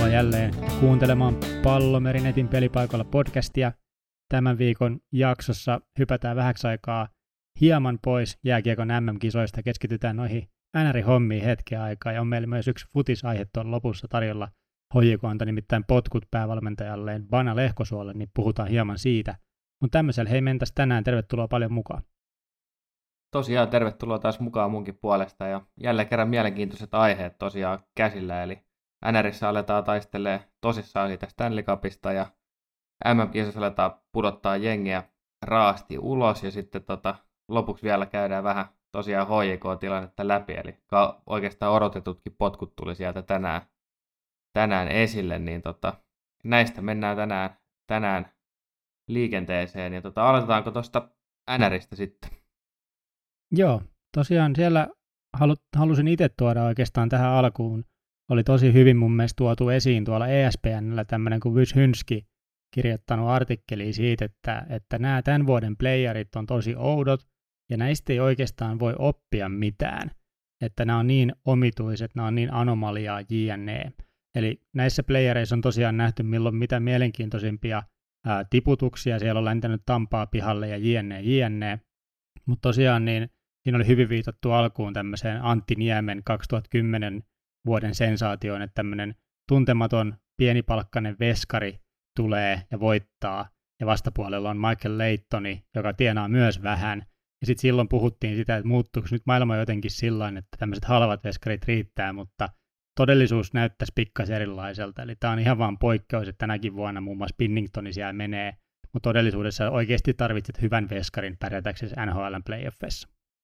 Tervetuloa jälleen kuuntelemaan Pallomerinetin pelipaikalla podcastia. Tämän viikon jaksossa hypätään vähäksi aikaa hieman pois jääkiekon MM-kisoista, keskitytään noihin NR-hommiin hetken aikaa ja on meillä myös yksi futisaihe tuolla lopussa tarjolla. HJK antoi nimittäin potkut päävalmentajalleen Bana Lehkosuolle, niin puhutaan hieman siitä. Mutta tämmöisellä hei mentäs tänään, tervetuloa paljon mukaan. Tosiaan tervetuloa taas mukaan munkin puolesta ja jälleen kerran mielenkiintoiset aiheet tosiaan käsillä, eli NRissä aletaan taistelemaan tosissaan siitä Stanley Cupista ja MM-kisossa aletaan pudottaa jengiä raasti ulos ja sitten lopuksi vielä käydään vähän tosiaan HJK-tilannetta läpi, eli oikeastaan odotetutkin potkut tuli sieltä tänään esille, niin näistä mennään tänään liikenteeseen ja aloitetaanko tuosta NRistä sitten? Joo, tosiaan siellä halusin itse tuoda oikeastaan tähän alkuun. Oli tosi hyvin mun mielestä tuotu esiin tuolla ESPN:llä tämmöinen kuin Wyshynski kirjoittanut artikkeli siitä, että nämä tämän vuoden playerit on tosi oudot ja näistä ei oikeastaan voi oppia mitään. Että nämä on niin omituiset, nämä on niin anomaliaa jne. Eli näissä playereissa on tosiaan nähty milloin mitä mielenkiintoisimpia tiputuksia. Siellä on läntänyt Tampaa pihalle ja jne. Mutta tosiaan niin siinä oli hyvin viitattu alkuun tämmöiseen Antti Niemen 2010 vuoden sensaatioon, että tämmöinen tuntematon pienipalkkainen veskari tulee ja voittaa, ja vastapuolella on Michael Laytoni, joka tienaa myös vähän, ja sitten silloin puhuttiin sitä, että muuttuuko nyt maailma jotenkin sillain, että tämmöiset halvat veskarit riittää, mutta todellisuus näyttäisi pikkasen erilaiselta, eli tämä on ihan vaan poikkeus, että tänäkin vuonna muun muassa Binningtoni siellä menee, mutta todellisuudessa oikeasti tarvitset hyvän veskarin pärjätäksesi NHL:n playoffissa.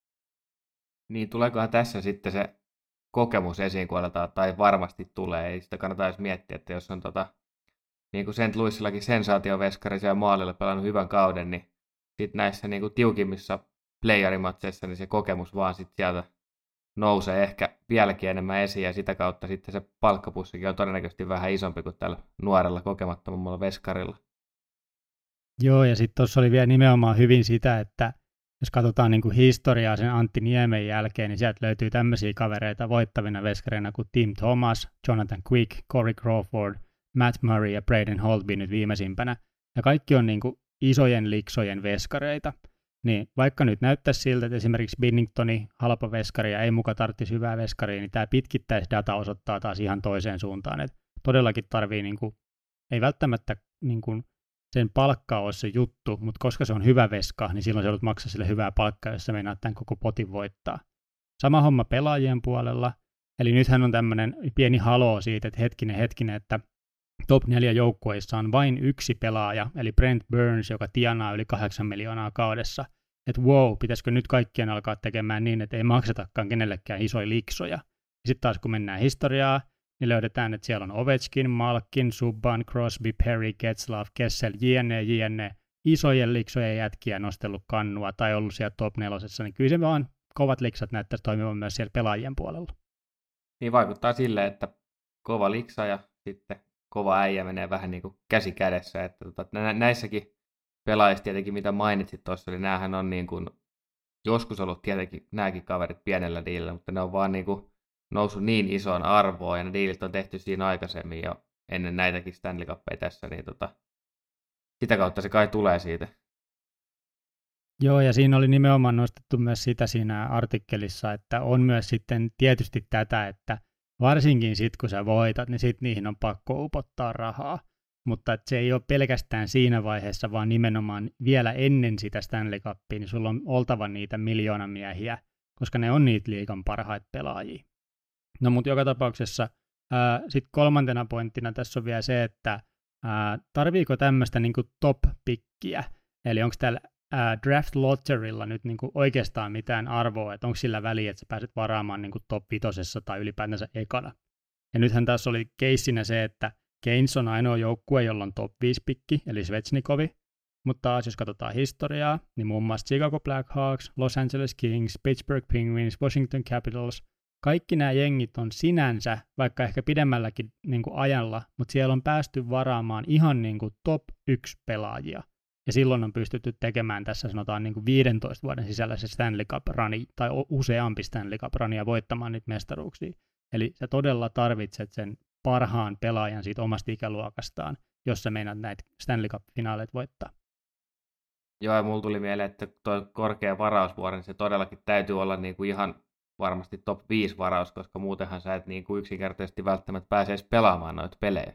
Niin, tuleekohan tässä sitten se kokemus esiin, kun aletaan, tai varmasti tulee, ei sitä kannata edes miettiä, että jos on niin kuin St. Louisillakin sensaatioveskari siellä maalilla pelannut hyvän kauden, niin sitten näissä niin kuin tiukimmissa playerimatseissa, niin se kokemus vaan sitten sieltä nousee ehkä vieläkin enemmän esiin, ja sitä kautta sitten se palkkapussikin on todennäköisesti vähän isompi kuin tällä nuorella kokemattomammalla veskarilla. Joo, ja sitten tuossa oli vielä nimenomaan hyvin sitä, että jos katsotaan niin kuin historiaa sen Antti Niemen jälkeen, niin sieltä löytyy tämmöisiä kavereita voittavina veskareina kuin Tim Thomas, Jonathan Quick, Corey Crawford, Matt Murray ja Braden Holtby nyt viimeisimpänä. Ja kaikki on niin kuin isojen liksojen veskareita. Niin vaikka nyt näyttäisi siltä, että esimerkiksi Binningtoni, halpa veskari ja ei muka tarvitsisi hyvää veskaria, niin tämä pitkittäisdata osoittaa taas ihan toiseen suuntaan. Että todellakin tarvii, niin kuin, ei välttämättä niin kuin sen palkka ole se juttu, mutta koska se on hyvä veska, niin silloin se joudut maksaa sille hyvää palkkaa, jos sä meinaat tämän koko potin voittaa. Sama homma pelaajien puolella, eli nythän on tämmöinen pieni haloo siitä, että hetkinen, että top 4 joukkueissa on vain yksi pelaaja, eli Brent Burns, joka tienaa yli 8 miljoonaa kaudessa. Että wow, pitäisikö nyt kaikkien alkaa tekemään niin, että ei maksetakaan kenellekään isoja liksoja. Sitten taas kun mennään historiaa, niin löydetään, että siellä on Ovechkin, Malkin, Subban, Crosby, Perry, Getzlaf, Kessel, jne. Isojen liksojen jätkiä nostellut kannua tai ollut siellä top 4, niin kyllä se vaan kovat liksat näyttäisi toimivan myös siellä pelaajien puolella. Niin vaikuttaa silleen, että kova liksa ja sitten kova äijä menee vähän niin kuin käsi kädessä. Että näissäkin pelaajissa tietenkin, mitä mainitsit tuossa, niin näähän on niin kuin joskus ollut tietenkin nämäkin kaverit pienellä diilillä, mutta ne on vaan niin kuin noussut niin isoon arvoon, ja ne diilit on tehty siinä aikaisemmin jo ennen näitäkin Stanley Cupia tässä, niin sitä kautta se kai tulee siitä. Joo, ja siinä oli nimenomaan nostettu myös sitä siinä artikkelissa, että on myös sitten tietysti tätä, että varsinkin sitten kun sä voitat, niin sitten niihin on pakko upottaa rahaa, mutta että se ei ole pelkästään siinä vaiheessa, vaan nimenomaan vielä ennen sitä Stanley Cupia, niin sulla on oltava niitä miljoonamiehiä, koska ne on niitä liigan parhaita pelaajia. No mutta joka tapauksessa sitten kolmantena pointtina tässä on vielä se, että tarviiko tämmöistä niinku top-pikkiä, eli onko täällä draft lotterylla nyt niinku oikeastaan mitään arvoa, että onko sillä väliä, että sä pääset varaamaan niinku top 5 tai ylipäätänsä ekana. Ja nythän tässä oli keissinä se, että Keynes on ainoa joukkue, jolla on top 5 pikki, eli Svechnikov, mutta taas jos katsotaan historiaa, niin muun muassa Chicago Blackhawks, Los Angeles Kings, Pittsburgh Penguins, Washington Capitals, kaikki nämä jengit on sinänsä, vaikka ehkä pidemmälläkin niin kuin ajalla, mutta siellä on päästy varaamaan ihan niin kuin top 1 pelaajia. Ja silloin on pystytty tekemään tässä sanotaan niin kuin 15 vuoden sisällä se Stanley Cup-rani tai useampi Stanley Cup-rani ja voittamaan niitä mestaruuksia. Eli sä todella tarvitset sen parhaan pelaajan siitä omasta ikäluokastaan, jos sä meinaat näitä Stanley Cup-finaaleita voittaa. Joo, ja mulla tuli mieleen, että tuo korkea varausvuori, niin se todellakin täytyy olla niin kuin ihan varmasti top 5 varaus, koska muutenhan sä et niin kuin yksinkertaisesti välttämättä pääse edes pelaamaan noita pelejä.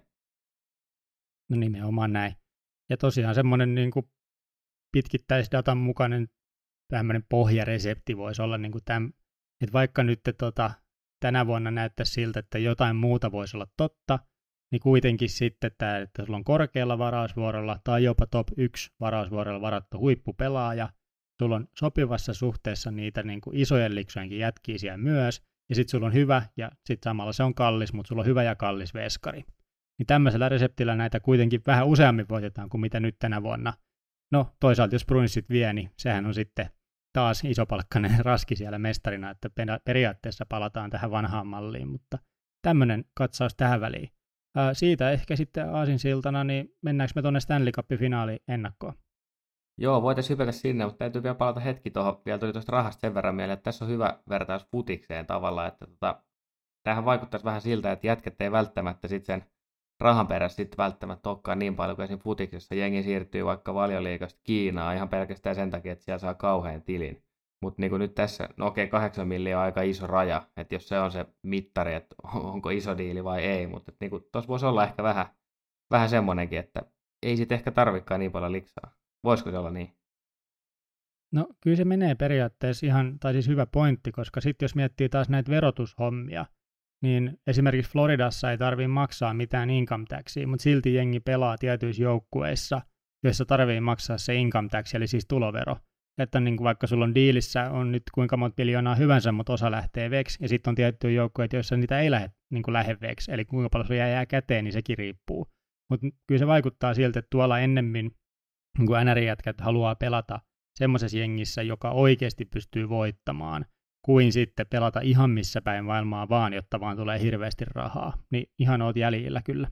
No nimenomaan näin. Ja tosiaan semmoinen niin kuin pitkittäisdatan mukainen tämmöinen pohjaresepti voisi olla, niin kuin että vaikka nyt tänä vuonna näyttäisi siltä, että jotain muuta voisi olla totta, niin kuitenkin sitten tämä, että sulla on korkealla varausvuorolla tai jopa top 1 varausvuorolla varattu huippupelaaja, sulla on sopivassa suhteessa niitä niin kuin isojen liksojenkin jätkiä siellä myös, ja sitten sulla on hyvä, ja sitten samalla se on kallis, mutta sulla on hyvä ja kallis veskari. Niin tämmöisellä reseptillä näitä kuitenkin vähän useammin voitetaan kuin mitä nyt tänä vuonna. No toisaalta jos Bruinsit vie, niin sehän on sitten taas isopalkkainen raski siellä mestarina, että periaatteessa palataan tähän vanhaan malliin, mutta tämmöinen katsaus tähän väliin. Siitä ehkä sitten aasinsiltana, niin mennäänkö me tuonne Stanley Cup-finaaliin ennakkoon? Joo, voitaisiin hypätä sinne, mutta täytyy vielä palata hetki tuohon. Vielä tuli tuosta rahasta sen verran mieleen, että tässä on hyvä vertaus futikseen tavallaan, että tämähän vaikuttaisi vähän siltä, että jätkät ei välttämättä sitten sen rahan perässä sitten välttämättä olekaan niin paljon kuin siinä futiksessa. Jengi siirtyy vaikka Valioliigasta Kiinaan ihan pelkästään sen takia, että siellä saa kauhean tilin. Mutta niin nyt tässä, no okei, 8 miljoonaa on aika iso raja, että jos se on se mittari, että onko iso diili vai ei, mutta niin tuossa voisi olla ehkä vähän semmoinenkin, että ei sitten ehkä tarvikaan niin paljon liksaa. Voisiko se olla niin? No kyllä se menee periaatteessa ihan, tai siis hyvä pointti, koska sitten jos miettii taas näitä verotushommia, niin esimerkiksi Floridassa ei tarvitse maksaa mitään income taxia, mutta silti jengi pelaa tietyissä joukkueissa, joissa tarvitsee maksaa se income tax, eli siis tulovero. Että niin kuin vaikka sulla on diilissä on nyt kuinka monta miljoonaa hyvänsä, mutta osa lähtee veksi, ja sitten on tiettyjä joukkueita, joissa niitä ei lähde veksi, eli kuinka paljon sulla jää käteen, niin sekin riippuu. Mutta kyllä se vaikuttaa siltä, että tuolla ennemmin niin NR-jätkät haluaa pelata semmoisessa jengissä, joka oikeasti pystyy voittamaan, kuin sitten pelata ihan missä päin maailmaa vaan, jotta vaan tulee hirveästi rahaa. Niin ihan oot jäljellä kyllä.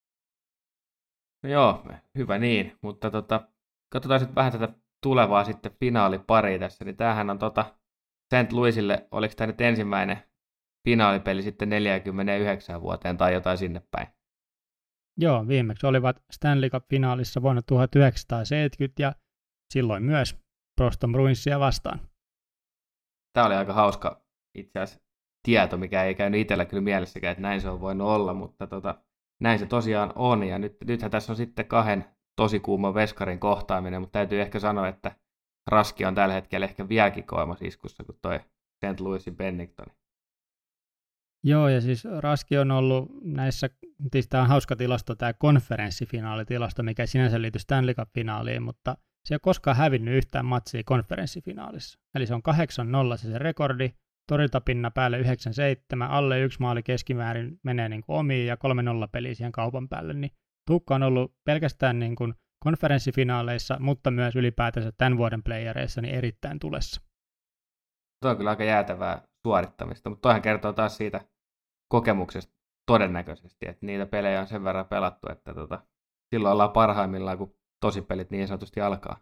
No joo, hyvä niin, mutta katsotaan sitten vähän tätä tulevaa sitten finaalipari tässä, niin tämähän on St. Louisille, oliko tämä nyt ensimmäinen finaalipeli sitten 49 vuoteen tai jotain sinne päin? Joo, viimeksi olivat Stanley Cup-finaalissa vuonna 1970 ja silloin myös Boston Bruinsia vastaan. Tämä oli aika hauska itse asiassa tieto, mikä ei käynyt itsellä kyllä mielessäkään, että näin se on voinut olla, mutta näin se tosiaan on, ja nythän tässä on sitten kahden tosi kuuman veskarin kohtaaminen, mutta täytyy ehkä sanoa, että Raski on tällä hetkellä ehkä vieläkin kovemmassa iskussa kuin toi St. Louisin Pennington. Joo, ja siis Raski on ollut näissä, tämä on hauska tilasto, tämä konferenssifinaalitilasto, mikä ei sinänsä liity Stanley Cup-finaaliin, mutta se ei ole koskaan hävinnyt yhtään matsia konferenssifinaalissa. Eli se on 8-0 se rekordi, torjuntapinna päälle 97, alle 1 maali keskimäärin menee niin kuin omiin ja 3-0 peliä siihen kaupan päälle, niin Tuukka on ollut pelkästään niin kuin konferenssifinaaleissa, mutta myös ylipäätänsä tämän vuoden playereissa niin erittäin tulessa. Tuo on kyllä aika jäätävää suorittamista, mutta toihan kertoo taas siitä kokemuksesta todennäköisesti, että niitä pelejä on sen verran pelattu, että silloin ollaan parhaimmillaan, kun tosipelit niin sanotusti alkaa.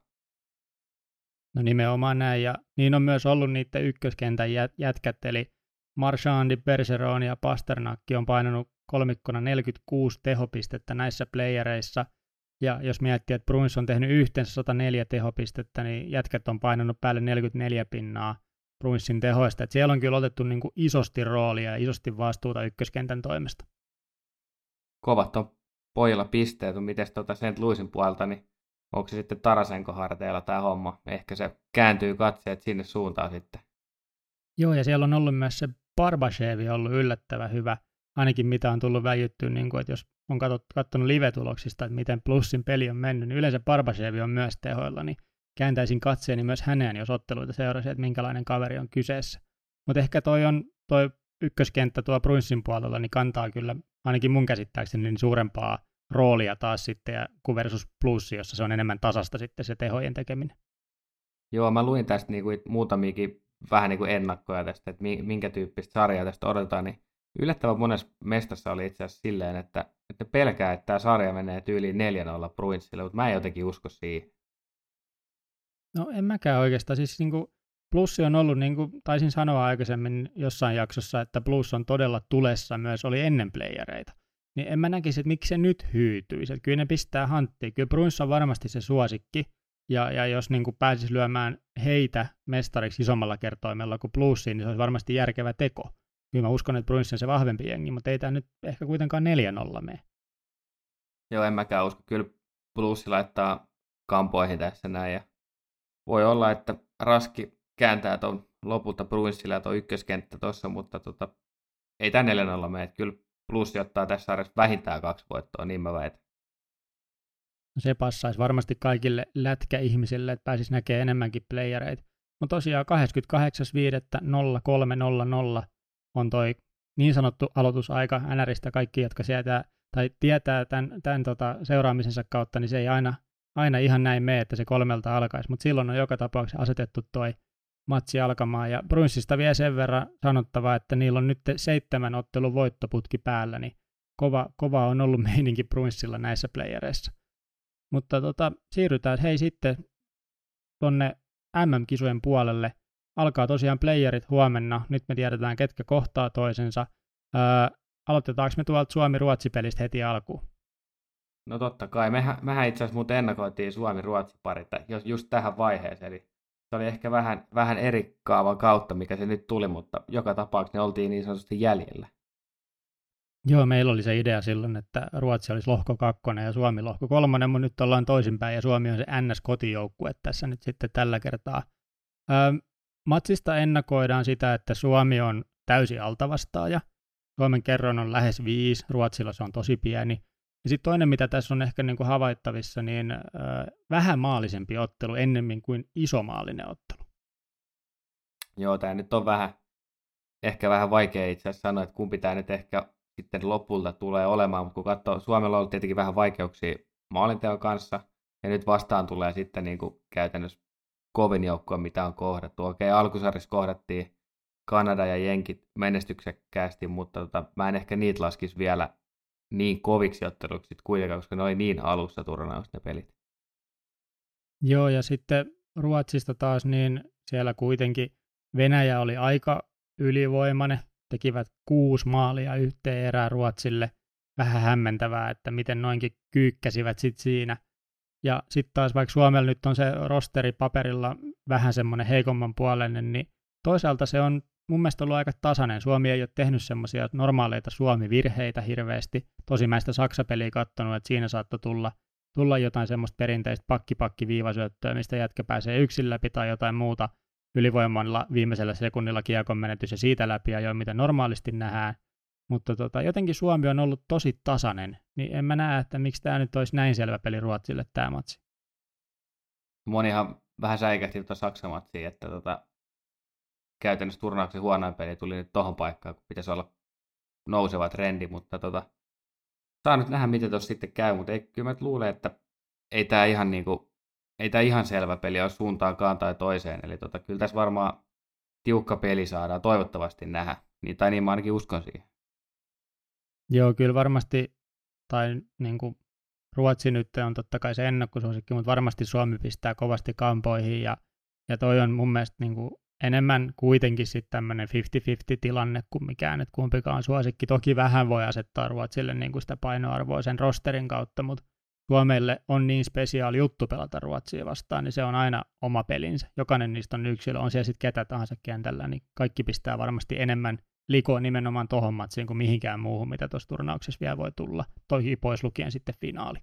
No nimenomaan näin, ja niin on myös ollut niiden ykköskentän jätkät, eli Marchandi, Bergeron ja Pasternakki on painanut kolmikkona 46 tehopistettä näissä playereissa, ja jos miettii, että Bruins on tehnyt yhteensä 104 tehopistettä, niin jätkät on painanut päälle 44 pinnaa Bruinsin tehoista, että siellä on kyllä otettu niin kuin isosti roolia ja isosti vastuuta ykköskentän toimesta. Kovat on pojilla pisteet, miten St. Louisin puolelta, niin onko se sitten Tarasenko harteilla tämä homma? Ehkä se kääntyy katseet sinne suuntaan sitten. Joo, ja siellä on ollut myös se Barbashev ollut yllättävän hyvä, ainakin mitä on tullut väijyttyä, niin kuin, että jos on katsonut live-tuloksista, että miten Plussin peli on mennyt, niin yleensä Barbashev on myös tehoilla, niin kääntäisin katseeni myös häneen, jos otteluita seurasi, että minkälainen kaveri on kyseessä. Mutta ehkä toi ykköskenttä tuo Bruinsin puolella, niin kantaa kyllä ainakin mun käsittääkseni niin suurempaa roolia taas sitten, kuin versus Plussi, jossa se on enemmän tasasta sitten se tehojen tekeminen. Joo, mä luin tästä niinku muutamiakin vähän niinku ennakkoja tästä, että minkä tyyppistä sarjaa tästä odotetaan, niin yllättävän monessa mestassa oli itse asiassa silleen, että pelkää, että tämä sarja menee tyyliin 4-0 Bruinsille, mutta mä en jotenkin usko siihen. No en mäkään oikeastaan. Siis niinku Plussi on ollut, niin kuin taisin sanoa aikaisemmin jossain jaksossa, että Plus on todella tulessa myös oli ennen playereita. niin en mä näkisi, että miksi se nyt hyytyisi. Että kyllä ne pistää hanttiin. Kyllä Bruins on varmasti se suosikki, ja jos niin kuin pääsisi lyömään heitä mestariksi isommalla kertoimella kuin Bluesiin, niin se olisi varmasti järkevä teko. Kyllä mä uskon, että Bruins on se vahvempi jengi, mutta ei tämä nyt ehkä kuitenkaan 4-0 mene. Joo, en mäkään usko. Kyllä Blues laittaa kampoihin tässä näin. Ja voi olla, että Raski kääntää tuon lopulta Bruinsilla tuon ykköskenttä tuossa, mutta ei tämä 4-0 mene. Kyllä Blues ottaa tässä sarjassa vähintään 2 voittoa, niin mä väitän. Se passaisi varmasti kaikille lätkäihmisille, että pääsisi näkemään enemmänkin playereita. Mutta tosiaan 28.5.03.00 on toi niin sanottu aloitusaika NRistä. Kaikki, jotka tietää tämän seuraamisensa kautta, niin se ei aina ihan näin mene, että se 3 alkaisi. Mutta silloin on joka tapauksessa asetettu toi matsi alkamaan. Ja Bruinsista vielä sen verran sanottava, että niillä on nyt 7 ottelun voittoputki päällä, niin kova on ollut meininki Bruinsilla näissä playereissa. Mutta siirrytään sitten tuonne MM-kisojen puolelle. Alkaa tosiaan playerit huomenna. Nyt me tiedetään, ketkä kohtaa toisensa. Aloitetaanko me tuolta Suomi-Ruotsi-pelistä heti alkuun? No totta kai. Mehän itse asiassa muuten ennakoitiin Suomi-Ruotsi-parit just tähän vaiheeseen. Eli se oli ehkä vähän eri kaavan kautta, mikä se nyt tuli, mutta joka tapauksessa ne oltiin niin sanotusti jäljellä. Joo, meillä oli se idea silloin, että Ruotsi olisi lohko 2 ja Suomi lohko 3, mutta nyt ollaan toisinpäin ja Suomi on se NS-kotijoukkue tässä nyt sitten tällä kertaa. Matsista ennakoidaan sitä, että Suomi on täysi altavastaaja. Suomen kerroin on lähes 5, Ruotsilla se on tosi pieni. Ja sitten toinen, mitä tässä on ehkä niin kuin havaittavissa, niin vähän maalisempi ottelu ennemmin kuin isomaalinen ottelu. Joo, tämä nyt on ehkä vähän vaikea itse asiassa sanoa, että kumpi tämä nyt ehkä sitten lopulta tulee olemaan, mutta kun katsoo, Suomella on ollut tietenkin vähän vaikeuksia maalinteon kanssa, ja nyt vastaan tulee sitten niin kuin käytännössä kovin joukkue, mitä on kohdattu. Okei, alkusarjassa kohdattiin Kanada ja Jenkit menestyksekkäästi, mutta mä en ehkä niitä laskisi vielä niin koviksi otteluksi kuitenkaan, koska ne oli niin alussa turnausta ne pelit. Joo, ja sitten Ruotsista taas, niin siellä kuitenkin Venäjä oli aika ylivoimainen, tekivät 6 maalia yhteen erään Ruotsille. Vähän hämmentävää, että miten noinkin kyykkäsivät sitten siinä. Ja sitten taas vaikka Suomella nyt on se rosteri paperilla vähän semmoinen heikomman puoleinen, niin toisaalta se on mun mielestä ollut aika tasainen. Suomi ei ole tehnyt semmoisia normaaleita Suomi-virheitä hirveästi. Tosi mä sitä Saksa-peliä katsonut, että siinä saattoi tulla jotain semmoista perinteistä pakki-viivasyöttöä, mistä jätkä pääsee yksin läpi tai jotain muuta ylivoimalla viimeisellä sekunnilla kiekon menetys ja siitä läpi ja jo mitä normaalisti nähdään. Mutta jotenkin Suomi on ollut tosi tasainen, niin en mä näe, että miksi tämä nyt olisi näin selvä peli Ruotsille tämä matsi. Monihan vähän säikähti tuota Saksa-matsia, että käytännössä turnauksen huonoin peli tuli nyt tohon paikkaan, kun pitäisi olla nouseva trendi, mutta saa nyt nähdä, miten tuossa sitten käy, mutta kyllä mä luulen, että ei tämä ihan selvä peli ole suuntaankaan tai toiseen, eli kyllä tässä varmaan tiukka peli saadaan toivottavasti nähdä, tai niin mä ainakin uskon siihen. Joo, kyllä varmasti, tai niin kuin Ruotsi nyt on totta kai se ennakkosuosikki, mutta varmasti Suomi pistää kovasti kampoihin, ja toi on mun mielestä niin kuin enemmän kuitenkin sitten tämmöinen 50-50 tilanne kuin mikään, että kumpikaan suosikki. Toki vähän voi asettaa Ruotsille niin kuin sitä painoarvoa sen rosterin kautta, mutta Suomelle on niin spesiaali juttu pelata Ruotsia vastaan, niin se on aina oma pelinsä. Jokainen niistä on yksilö, on siellä sitten ketä tahansa kentällä, niin kaikki pistää varmasti enemmän likoa nimenomaan tohon matsiin kuin mihinkään muuhun, mitä tuossa turnauksessa vielä voi tulla. Toihin pois lukien sitten finaali.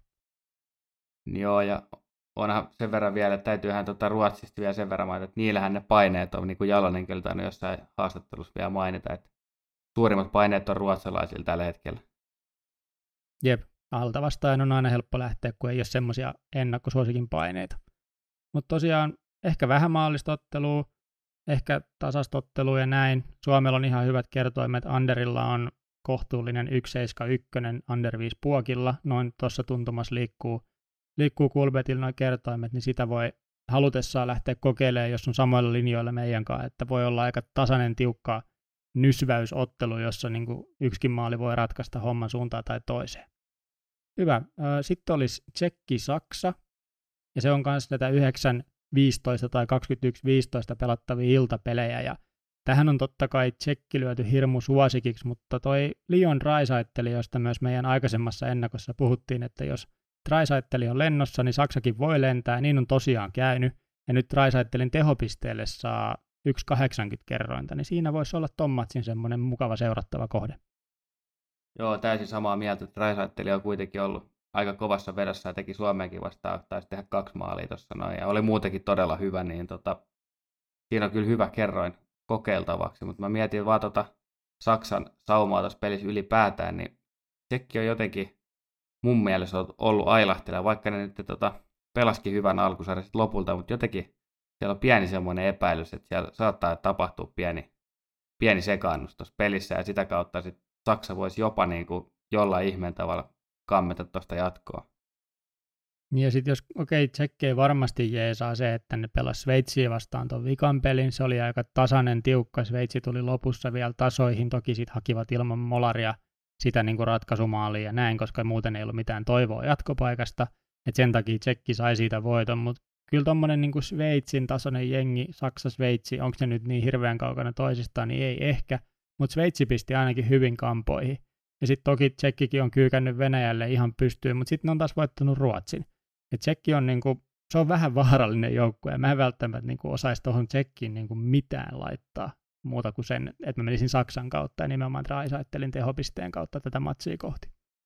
Joo, ja onhan sen verran vielä, että täytyyhän Ruotsista vielä sen verran mainita, että niillähän ne paineet on, niin kuin Jalonen kyllä tainnut jossain haastattelussa vielä mainita, että suurimmat paineet on ruotsalaisilla tällä hetkellä. Jep, alta vastaan on aina helppo lähteä, kun ei ole semmoisia ennakkosuosikin paineita. Mutta tosiaan ehkä vähän maallista ottelua, ehkä tasastottelua ja näin. Suomella on ihan hyvät kertoimet. Anderilla on kohtuullinen 1.71, Under 5 puokilla. Noin tuossa tuntumassa liikkuu Kulbetilla noin kertoimet, niin sitä voi halutessaan lähteä kokeilemaan, jos on samoilla linjoilla meidän kanssa. Että voi olla aika tasainen, tiukka nysväysottelu, jossa niin kuin yksikin maali voi ratkaista homman suuntaan tai toiseen. Hyvä. Sitten olisi Tsekki-Saksa, ja se on myös tätä 9.15 tai 21.15 pelattavia iltapelejä, ja tähän on totta kai Tsekki lyöty hirmu suosikiksi, mutta toi Leon Draisaitl, josta myös meidän aikaisemmassa ennakossa puhuttiin, että jos Draisaitl on lennossa, niin Saksakin voi lentää, niin on tosiaan käynyt. Ja nyt Draisaitlin tehopisteelle saa 1,80 kerrointa, niin siinä voisi olla ton matsin semmoinen mukava seurattava kohde. Joo, täysin samaa mieltä, että Draisaitl on kuitenkin ollut aika kovassa vedossa ja teki Suomeenkin vastaan, taisi tehdä 2 maalia tuossa noin, ja oli muutenkin todella hyvä, niin siinä on kyllä hyvä kerroin kokeiltavaksi, mutta mä mietin vaan Saksan saumaa tuossa pelissä ylipäätään, niin Tsekki on jotenkin mun mielestä ollut ailahteleva, vaikka ne nyt pelasikin hyvän alkusarjan lopulta, mutta jotenkin siellä on pieni semmoinen epäilys, että siellä saattaa tapahtua pieni sekaannus tuossa pelissä, ja sitä kautta sit Saksa voisi jopa niin kuin jollain ihmeen tavalla kammeta tuosta jatkoa. Ja sitten jos, Tsekki ei varmasti jeesaa se, että ne pelasi Sveitsiä vastaan tuon vikan pelin, se oli aika tasainen, tiukka, Sveitsi tuli lopussa vielä tasoihin, toki sitten hakivat ilman molaria sitä niin kuin ratkaisumaaliin ja näin, koska muuten ei ollut mitään toivoa jatkopaikasta, että sen takia Tsekki sai siitä voiton, mutta kyllä tommonen niin kuin Sveitsin tasoinen jengi, Saksa-Sveitsi, onko ne nyt niin hirveän kaukana toisistaan, niin ei ehkä, mutta Sveitsi pisti ainakin hyvin kampoihin. Ja sitten toki Tsekkikin on kyykännyt Venäjälle ihan pystyyn, mutta sitten ne on taas voittanut Ruotsin. Ja Tsekki on niinku, se on vähän vaarallinen joukkue, ja mä en välttämättä niinku osaisi tuohon Tsekkiin niinku mitään laittaa muuta kuin sen, että mä menisin Saksan kautta ja nimenomaan Draisaitlin tehopisteen kautta tätä matsia kohti.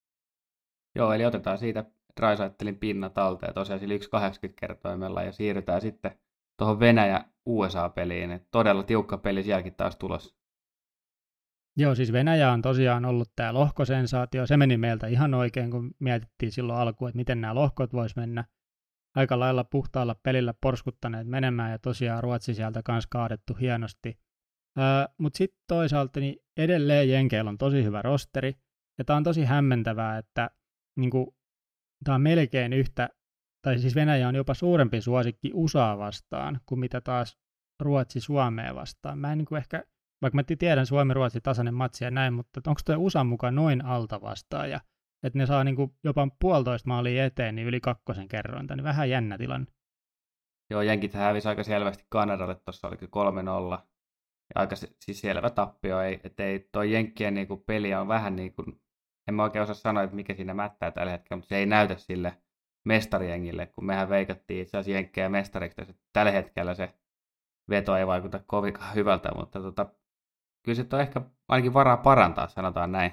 Joo, eli otetaan siitä Draisaitlin pinnat alta ja tosiaan sillä 1,80 kertoimella ja siirrytään sitten tuohon Venäjä-USA-peliin. Et todella tiukka peli sielläkin taas tulossa. Joo, siis Venäjä on tosiaan ollut tämä lohkosensaatio. Se meni meiltä ihan oikein, kun mietittiin silloin alkuun, että miten nämä lohkot vois mennä. Aika lailla puhtaalla pelillä porskuttaneet menemään ja tosiaan Ruotsi sieltä kanssa kaadettu hienosti. Mutta sitten toisaalta niin edelleen Jenkeillä on tosi hyvä rosteri. Ja tämä on tosi hämmentävää, että niinku, tämä on melkein yhtä, tai siis Venäjä on jopa suurempi suosikki USAa vastaan kuin mitä taas Ruotsi Suomea vastaan. Mä en niinku ehkä, vaikka mä tiedän Suomi-Ruotsi tasainen matsi ja näin, mutta onko tuo USA mukaan noin alta vastaan, ja että ne saa niinku jopa 1,5 maalia eteen, niin yli 2 kerrointa, niin vähän jännä tilanne. Joo, Jenkit hävisi aika selvästi Kanadalle, tuossa olikin 3-0. Ja aika siis selvä tappio, ei toi Jenkkien niinku peli on vähän niin kuin, en mä oikein osaa sanoa, että mikä siinä mättää tällä hetkellä, mutta se ei näytä sille mestarijengille, kun mehän veikattiin itse asiassa Jenkkejä mestariksi, että tällä hetkellä se veto ei vaikuta kovinkaan hyvältä, mutta kyllä se on ehkä ainakin varaa parantaa, sanotaan näin.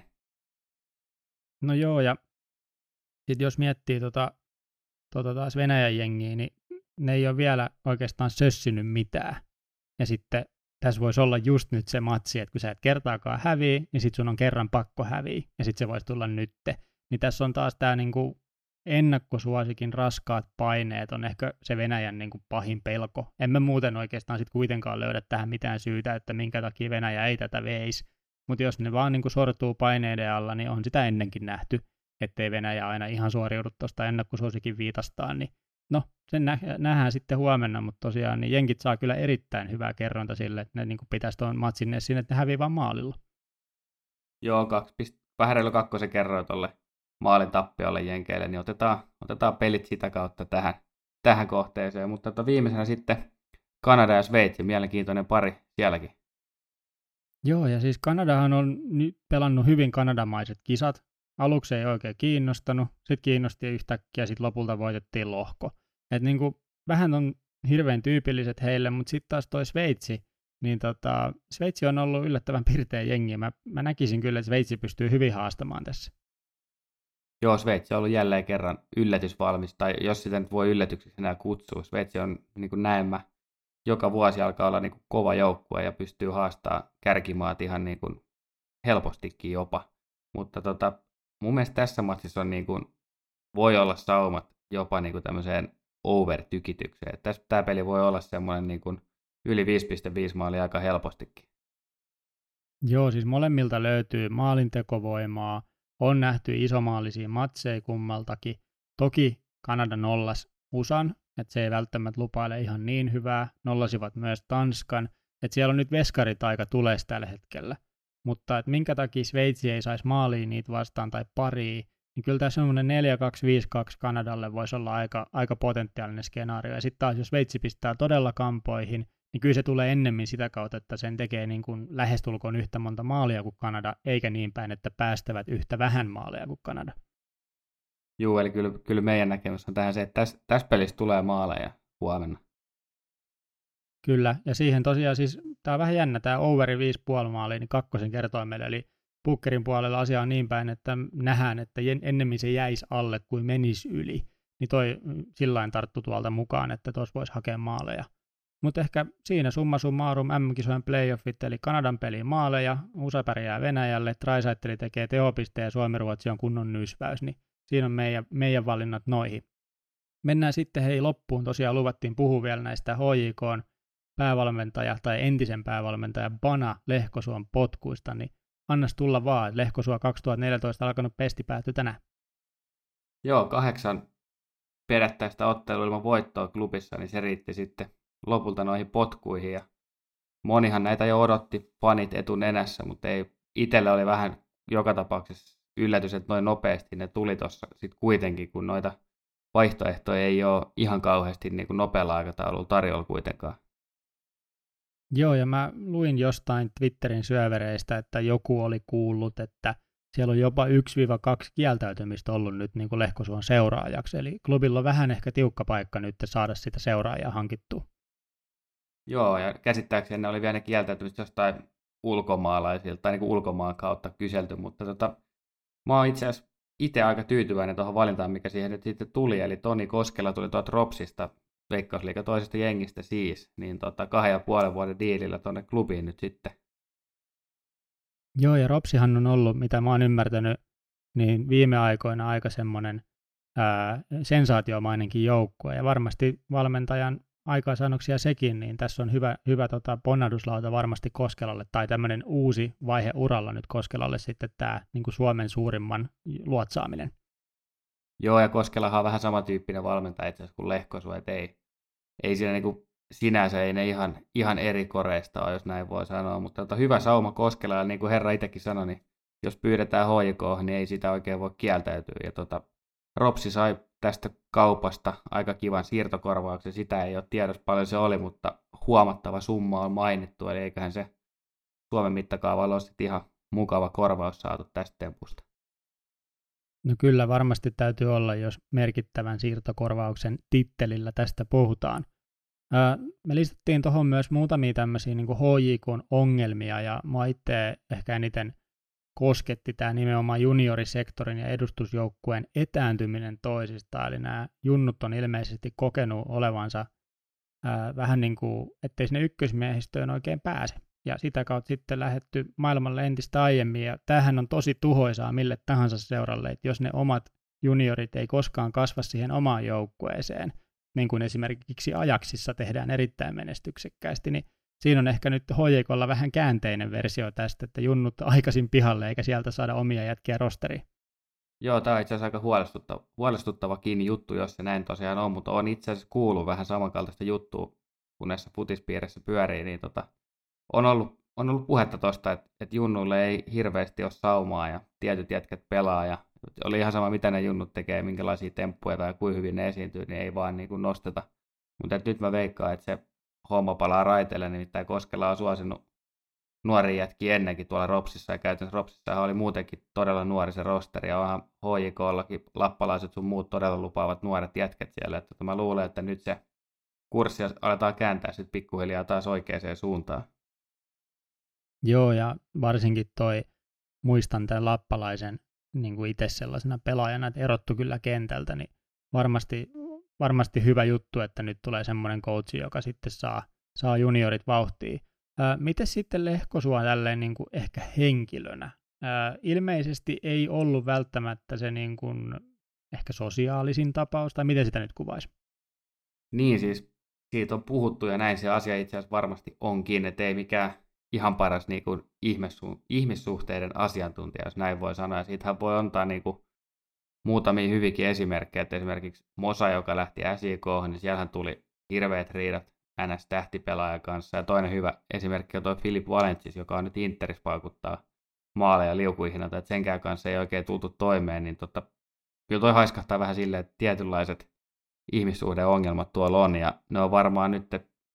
No joo, ja sitten jos miettii taas Venäjän jengiä, niin ne ei ole vielä oikeastaan sössinyt mitään. Ja sitten tässä voisi olla just nyt se matsi, että kun sä et kertaakaan häviä, niin sitten sun on kerran pakko häviä, ja sitten se voisi tulla nytte. Niin tässä on taas tämä niinku ennakkosuosikin raskaat paineet, on ehkä se Venäjän niinku pahin pelko. Emme muuten oikeastaan sitten kuitenkaan löydä tähän mitään syytä, että minkä takia Venäjä ei tätä veisi. Mutta jos ne vaan niinku sortuu paineiden alla, niin on sitä ennenkin nähty, ettei Venäjä aina ihan suoriudu tuosta ennakkosuosikin viitastaan, niin no, sen nähdään sitten huomenna, mutta tosiaan niin jenkit saa kyllä erittäin hyvää kerronta sille, että ne niin pitäisi tuon matsin sinne, että ne hävii vaan maalilla. Joo, vähän reilu 2 kerroin tuolle maalin tappiolle jenkeille, niin otetaan pelit sitä kautta tähän kohteeseen. Mutta viimeisenä sitten Kanada ja Sveitsi, mielenkiintoinen pari sielläkin. Joo, ja siis Kanadahan on nyt pelannut hyvin kanadamaiset kisat. Aluksi ei oikein kiinnostanut, sitten kiinnosti yhtäkkiä, sitten lopulta voitettiin lohko. Et niinku, vähän on hirveän tyypilliset heille, mutta sitten taas toi Sveitsi, niin Sveitsi on ollut yllättävän pirteä jengi. Mä näkisin kyllä, että Sveitsi pystyy hyvin haastamaan tässä. Joo, Sveitsi on ollut jälleen kerran yllätysvalmis, tai jos sitä nyt voi yllätykseksi enää kutsua. Sveitsi on niin kuin näemmä joka vuosi alkaa olla niin kuin kova joukkue ja pystyy haastamaan kärkimaat ihan niin kuin helpostikin jopa. Mutta mun mielestä tässä matsissa on niin kuin, voi olla saumat jopa niin kuin tämmöiseen over-tykitykseen. Tämä peli voi olla semmoinen niin kuin yli 5,5 maalia aika helpostikin. Joo, siis molemmilta löytyy maalintekovoimaa, on nähty isomaalisia matseja kummaltakin. Toki Kanada nollas USAn, että se ei välttämättä lupaile ihan niin hyvää. Nollasivat myös Tanskan, että siellä on nyt veskarit aika tuleessa tällä hetkellä. Mutta että minkä takia Sveitsi ei saisi maaliin niitä vastaan tai pariin, niin kyllä tässä semmoinen 4-2-5-2 Kanadalle voisi olla aika potentiaalinen skenaario. Ja sitten taas jos Sveitsi pistää todella kampoihin, niin kyllä se tulee ennemmin sitä kautta, että sen tekee niin kuin lähestulkoon yhtä monta maalia kuin Kanada, eikä niin päin, että päästävät yhtä vähän maaleja kuin Kanada. Joo, eli kyllä meidän näkemys on tähän se, että tässä pelissä tulee maaleja huomenna. Kyllä, ja siihen tosiaan siis, tämä on vähän jännä, tämä overi 5,5 maalia, niin kakkosen kertoo meille, eli pukkerin puolella asia on niin päin, että nähdään, että ennemmin se jäisi alle kuin menisi yli, niin toi sillain tarttu tuolta mukaan, että tuossa voisi hakea maaleja. Mutta ehkä siinä summa summarum MM-kisojen playoffit, eli Kanadan peli maaleja, USA pärjää Venäjälle, Draisaitl tekee tehopisteen ja Suomi-Ruotsi on kunnon nysväys, niin siinä on meidän valinnat noihin. Mennään sitten hei loppuun, tosiaan luvattiin puhua vielä näistä HJK:n päävalmentaja tai entisen päävalmentaja Bana Lehkosuon potkuista, niin annas tulla vaan, että Lehkosuo 2014 alkanut pesti päättyi tänään. Joo, 8 perättäistä ottelua ilman voittoa klubissa, niin se riitti sitten lopulta noihin potkuihin. Ja monihan näitä jo odotti, fanit etunenässä, mutta ei, itselle oli vähän joka tapauksessa yllätys, että noin nopeasti ne tuli tuossa sitten kuitenkin, kun noita vaihtoehtoja ei ole ihan kauheasti niin kuin nopealla aikataululla tarjolla kuitenkaan. Joo, ja mä luin jostain Twitterin syövereistä, että joku oli kuullut, että siellä on jopa 1-2 kieltäytymistä ollut nyt niin kuin Lehkosuon seuraajaksi, eli klubilla on vähän ehkä tiukka paikka nyt saada sitä seuraajaa hankittua. Joo, ja käsittääkseni ne oli vielä ne kieltäytymistä jostain ulkomaalaisilta, tai niin kuin ulkomaan kautta kyselty, mutta mä oon itse asiassa itse aika tyytyväinen tuohon valintaan, mikä siihen nyt sitten tuli, eli Toni Koskela tuli tuolta Ropsista, Veikkausliigan toisesta jengistä siis, niin 2,5 vuoden diilillä tuonne klubiin nyt sitten. Joo, ja Ropsihan on ollut, mitä mä oon ymmärtänyt, niin viime aikoina aika semmoinen sensaatiomainenkin joukkue, ja varmasti valmentajan aikaansaannoksia sekin, niin tässä on hyvä ponnahduslauta varmasti Koskelalle, tai tämmöinen uusi vaihe uralla nyt Koskelalle sitten tämä niin kuin Suomen suurimman luotsaaminen. Joo, ja Koskelahan on vähän samantyyppinen valmentaja itse asiassa kuin Lehkosuo, että ei siinä niin kuin sinänsä ei ne ihan eri koreista ole, jos näin voi sanoa, mutta hyvä sauma Koskela, ja niin kuin herra itsekin sanoi, niin jos pyydetään HJK, niin ei sitä oikein voi kieltäytyä, ja Ropsi sai tästä kaupasta aika kivan siirtokorvauksen, sitä ei ole tiedossa paljon se oli, mutta huomattava summa on mainittu, eli eiköhän se Suomen mittakaavalla ole sitten ihan mukava korvaus saatu tästä tempusta. No kyllä varmasti täytyy olla, jos merkittävän siirtokorvauksen tittelillä tästä puhutaan. Me listattiin tuohon myös muutamia tämmöisiä niin kuin HJK:n ongelmia, ja mua itse ehkä eniten kosketti tämä nimenomaan juniorisektorin ja edustusjoukkueen etääntyminen toisistaan, eli nämä junnut on ilmeisesti kokenut olevansa vähän niin kuin, ettei sinne ykkösmiehistöön oikein pääse, ja sitä kautta sitten lähdetty maailmalle entistä aiemmin, ja tämähän on tosi tuhoisaa mille tahansa seuralle, että jos ne omat juniorit ei koskaan kasva siihen omaan joukkueeseen, niin kuin esimerkiksi Ajaxissa tehdään erittäin menestyksekkäästi, niin siinä on ehkä nyt HJK:lla vähän käänteinen versio tästä, että junnut aikaisin pihalle eikä sieltä saada omia jätkiä rosteriin. Joo, tämä on itse asiassa aika huolestuttavakin juttu, jos se näin tosiaan on, mutta on itse asiassa kuullut vähän samankaltaista juttua, kun näissä futispiirissä pyörii, niin on ollut puhetta tuosta, että junnuille ei hirveästi ole saumaa ja tietyt jätkät pelaa, ja oli ihan sama, mitä ne junnut tekee, minkälaisia temppuja tai kuinka hyvin ne esiintyy, niin ei vaan niin kuin nosteta. Mutta nyt mä veikkaan, että se homma palaa raiteille, nimittäin Koskela on suosinut nuoria jätkiä ennenkin tuolla Ropsissa, ja käytännössä Ropsissa oli muutenkin todella nuori se rosteri, ja onhan HJK:llakin lappalaiset sun muut todella lupaavat nuoret jätkät siellä, että mä luulen, että nyt se kurssi aletaan kääntää sitten pikkuhiljaa taas oikeaan suuntaan. Joo, ja varsinkin muistan tämän lappalaisen niin kuin itse sellaisena pelaajana, että erottu kyllä kentältä, niin varmasti hyvä juttu, että nyt tulee semmoinen coachi, joka sitten saa juniorit vauhtiin. Miten sitten Lehkosuo tälleen niin kuin ehkä henkilönä? Ilmeisesti ei ollut välttämättä se niin kuin ehkä sosiaalisin tapaus, tai miten sitä nyt kuvaisi? Niin siis, siitä on puhuttu ja näin se asia itse asiassa varmasti onkin, että ei mikään ihan paras niin kuin ihmissuhteiden asiantuntija, jos näin voi sanoa. Ja siitähän voi antaa niin kuin muutamia hyvikin esimerkkejä, että esimerkiksi Mosa, joka lähti SJK:hon, niin siellähän tuli hirveät riidat NS-tähtipelaajan kanssa. Ja toinen hyvä esimerkki on tuo Filip Valentis, joka on nyt Interis paukuttaa maaleja liukuihinalta, että senkään kanssa ei oikein tultu toimeen, niin kyllä toi haiskahtaa vähän silleen, että tietynlaiset ihmissuhdeongelmat tuolla on, ja ne on varmaan nyt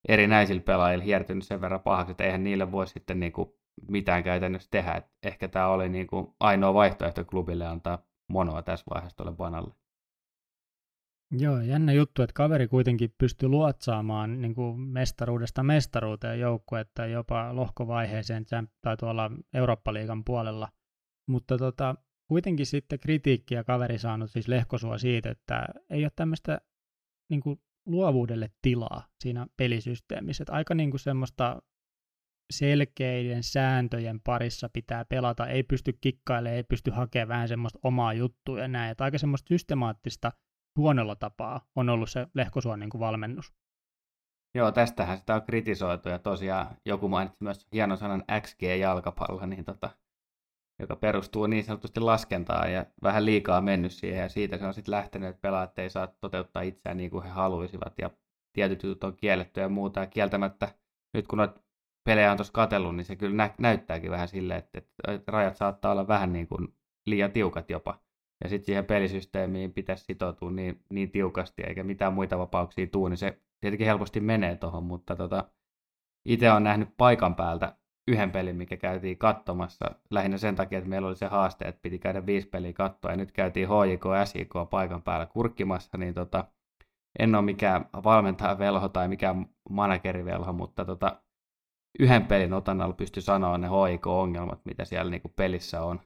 erinäisillä pelaajilla hiertynyt sen verran pahaksi, että eihän niille voi sitten niin kuin mitään käytännössä tehdä. Et ehkä tämä oli niin kuin ainoa vaihtoehto klubille antaa monoa tässä vaiheessa tuolle Vanalle. Joo, jännä juttu, että kaveri kuitenkin pystyi luotsaamaan niin kuin mestaruudesta mestaruuteen joukkuetta jopa lohkovaiheeseen tai tuolla Eurooppa-liigan puolella. Mutta kuitenkin sitten kritiikkiä kaveri saanut siis Lehkosua siitä, että ei ole tämmöistä niin kuin luovuudelle tilaa siinä pelisysteemissä. Että aika niin kuin semmoista selkeiden sääntöjen parissa pitää pelata, ei pysty kikkailemaan, ei pysty hakemaan vähän semmoista omaa juttua ja näin. Että aika semmoista systemaattista huonolla tapaa on ollut se Lehkosuon niin kuin valmennus. Joo, tästähän sitä on kritisoitu ja tosiaan joku mainitsi myös hienon sanan XG-jalkapallo, niin joka perustuu niin sanotusti laskentaan ja vähän liikaa mennyt siihen ja siitä se on sitten lähtenyt, että pelaajat ei saa toteuttaa itseään niin kuin he haluaisivat ja tietyt jutut on kielletty ja muuta ja kieltämättä nyt kun noita pelejä on tuossa katsellut, niin se kyllä näyttääkin vähän silleen, että rajat saattaa olla vähän niin kuin liian tiukat jopa. Ja sitten siihen pelisysteemiin pitäisi sitoutua niin tiukasti, eikä mitään muita vapauksia tule, niin se tietenkin helposti menee tuohon, mutta itse olen nähnyt paikan päältä yhden pelin, mikä käytiin katsomassa, lähinnä sen takia, että meillä oli se haaste, että piti käydä 5 peliä katsoa, ja nyt käytiin HJK, SJK paikan päällä kurkkimassa, niin en ole mikään valmentajavelho tai mikään managerivelho, mutta yhden pelin otannalla pystyi sanoa ne HJK-ongelmat, mitä siellä niinku pelissä on.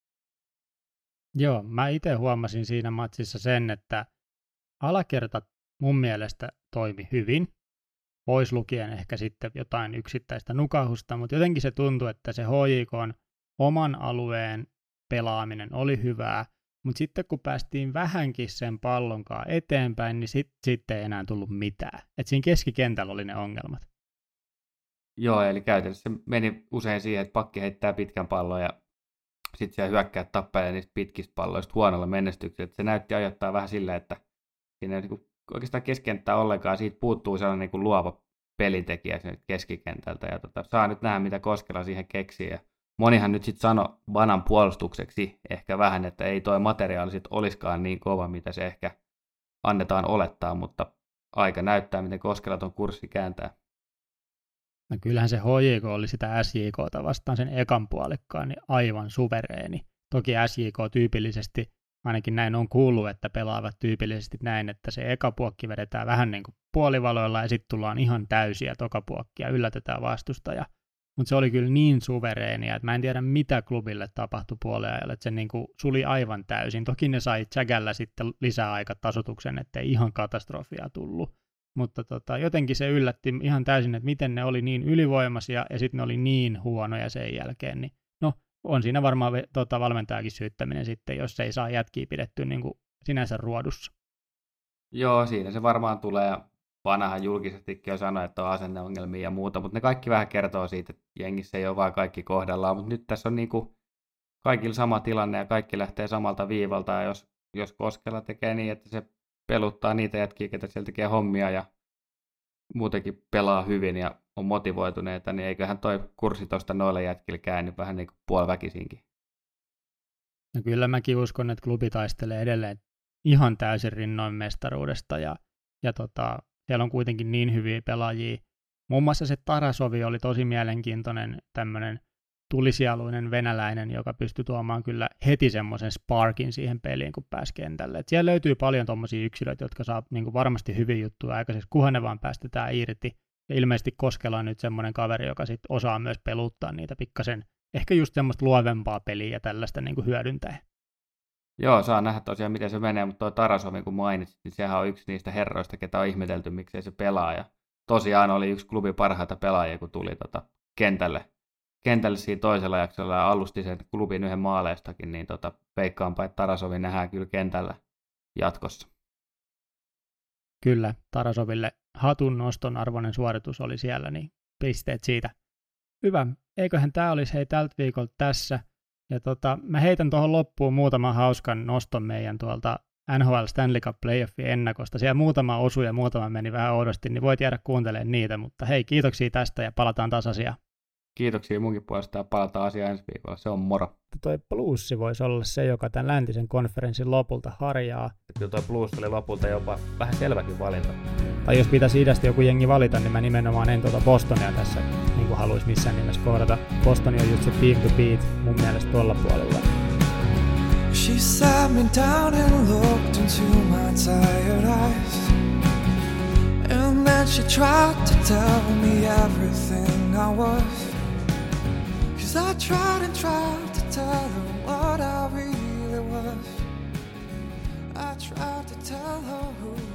Joo, mä itse huomasin siinä matsissa sen, että alakerta mun mielestä toimi hyvin, pois lukien ehkä sitten jotain yksittäistä nukahusta, mutta jotenkin se tuntui, että se HJK:n oman alueen pelaaminen oli hyvää, mutta sitten kun päästiin vähänkin sen pallonkaan eteenpäin, niin sitten ei enää tullut mitään. Et siinä keskikentällä oli ne ongelmat. Joo, eli käytännössä se meni usein siihen, että pakki heittää pitkän pallon ja sitten siellä hyökkäät tappelee niistä pitkistä palloista huonolla menestyksellä. Se näytti ajoittaa vähän silleen, että siinä ei niin oikeastaan keskikenttää ollenkaan, siitä puuttuu sellainen niin kuin luova pelintekijä keskikentältä. Ja saa nyt nähdä, mitä Koskela siihen keksii. Ja monihan nyt sitten sanoi Vanan puolustukseksi ehkä vähän, että ei toi materiaali sitten olisikaan niin kova, mitä se ehkä annetaan olettaa, mutta aika näyttää, miten Koskela ton kurssi kääntää. No kyllähän se HJK oli sitä SJK:ta vastaan sen ekan puolikkaan niin aivan suvereeni. Toki SJK tyypillisesti, ainakin näin on kuullut, että pelaavat tyypillisesti näin, että se eka puokki vedetään vähän niin kuin puolivaloilla ja sitten tullaan ihan täysiä toka puokkia, yllätetään vastustaja. Mutta se oli kyllä niin suvereenia, että mä en tiedä mitä klubille tapahtui puoliajalle, että se niin kuin suli aivan täysin. Toki ne sai Jägällä sitten lisäaikatasoituksen, ettei ihan katastrofia tullut. Mutta jotenkin se yllätti ihan täysin, että miten ne oli niin ylivoimaisia ja sitten ne oli niin huonoja sen jälkeen. Niin, no, on siinä varmaan valmentajakin syyttäminen sitten, jos ei saa jätkiä pidettyä niin kuin sinänsä ruodussa. Joo, siinä se varmaan tulee. Vanahan julkisestikin jo sanoi, että on asenneongelmia ja muuta, mutta ne kaikki vähän kertoo siitä, että jengissä ei ole vaan kaikki kohdallaan. Mutta nyt tässä on niinku kaikilla sama tilanne ja kaikki lähtee samalta viivalta. Ja jos Koskela tekee niin, että se peluttaa niitä jätkiä, ketä siellä tekee hommia ja muutenkin pelaa hyvin ja on motivoituneita, niin eiköhän toi kurssi tuosta noille jätkille käänny vähän niin kuin puoliväkisinkin. No kyllä mäkin uskon, että klubi taistelee edelleen ihan täysin rinnoin mestaruudesta ja siellä on kuitenkin niin hyviä pelaajia. Muun muassa se Tarasovi oli tosi mielenkiintoinen tämmöinen tulisialuinen venäläinen, joka pystyi tuomaan kyllä heti semmoisen sparkin siihen peliin, kun pääsi kentälle. Et siellä löytyy paljon tommosia yksilöitä, jotka saa niin varmasti hyviä juttuja aikaiseksi, kunhan ne vaan päästetään irti. Ja ilmeisesti Koskela on nyt semmoinen kaveri, joka sit osaa myös peluttaa niitä pikkasen, ehkä just semmoista luovempaa peliä ja tällaista niin hyödyntäen. Joo, saa nähdä tosiaan, miten se menee, mutta tuo Tarasovi, kun mainitsit, niin sehän on yksi niistä herroista, ketä on ihmetelty, miksei se pelaa. Ja tosiaan oli yksi klubin parhaita pelaajia, kun tuli kentälle siinä toisella jaksolla ja alusti sen klubin yhden maaleistakin, niin veikkaanpa, että Tarasovi nähdään kyllä kentällä jatkossa. Kyllä, Tarasoville hatun noston arvoinen suoritus oli siellä, niin pisteet siitä. Hyvä, eiköhän tämä olisi tältä viikolta tässä. Ja mä heitän tuohon loppuun muutaman hauskan noston meidän tuolta NHL Stanley Cup Playoffin ennakosta. Siellä muutama osui ja muutama meni vähän oudosti, niin voit jäädä kuuntelemaan niitä, mutta hei, kiitoksia tästä ja palataan taas asiaan. Kiitoksia munkin puolesta ja palataan asiaan ensi viikolla. Se on moro. Toi Blues voisi olla se, joka tämän läntisen konferenssin lopulta harjaa. Kyllä toi Blues oli lopulta jopa vähän selväkin valinta. Tai jos pitäisi idästä joku jengi valita, niin mä nimenomaan en Bostonia tässä niin kuin haluaisi missään nimessä kohdata. Bostoni on just se team to beat mun mielestä tuolla puolella. She sat me down and looked into my tired eyes. And then she tried to tell me everything I was. 'Cause I tried and tried to tell her what I really was. I tried to tell her who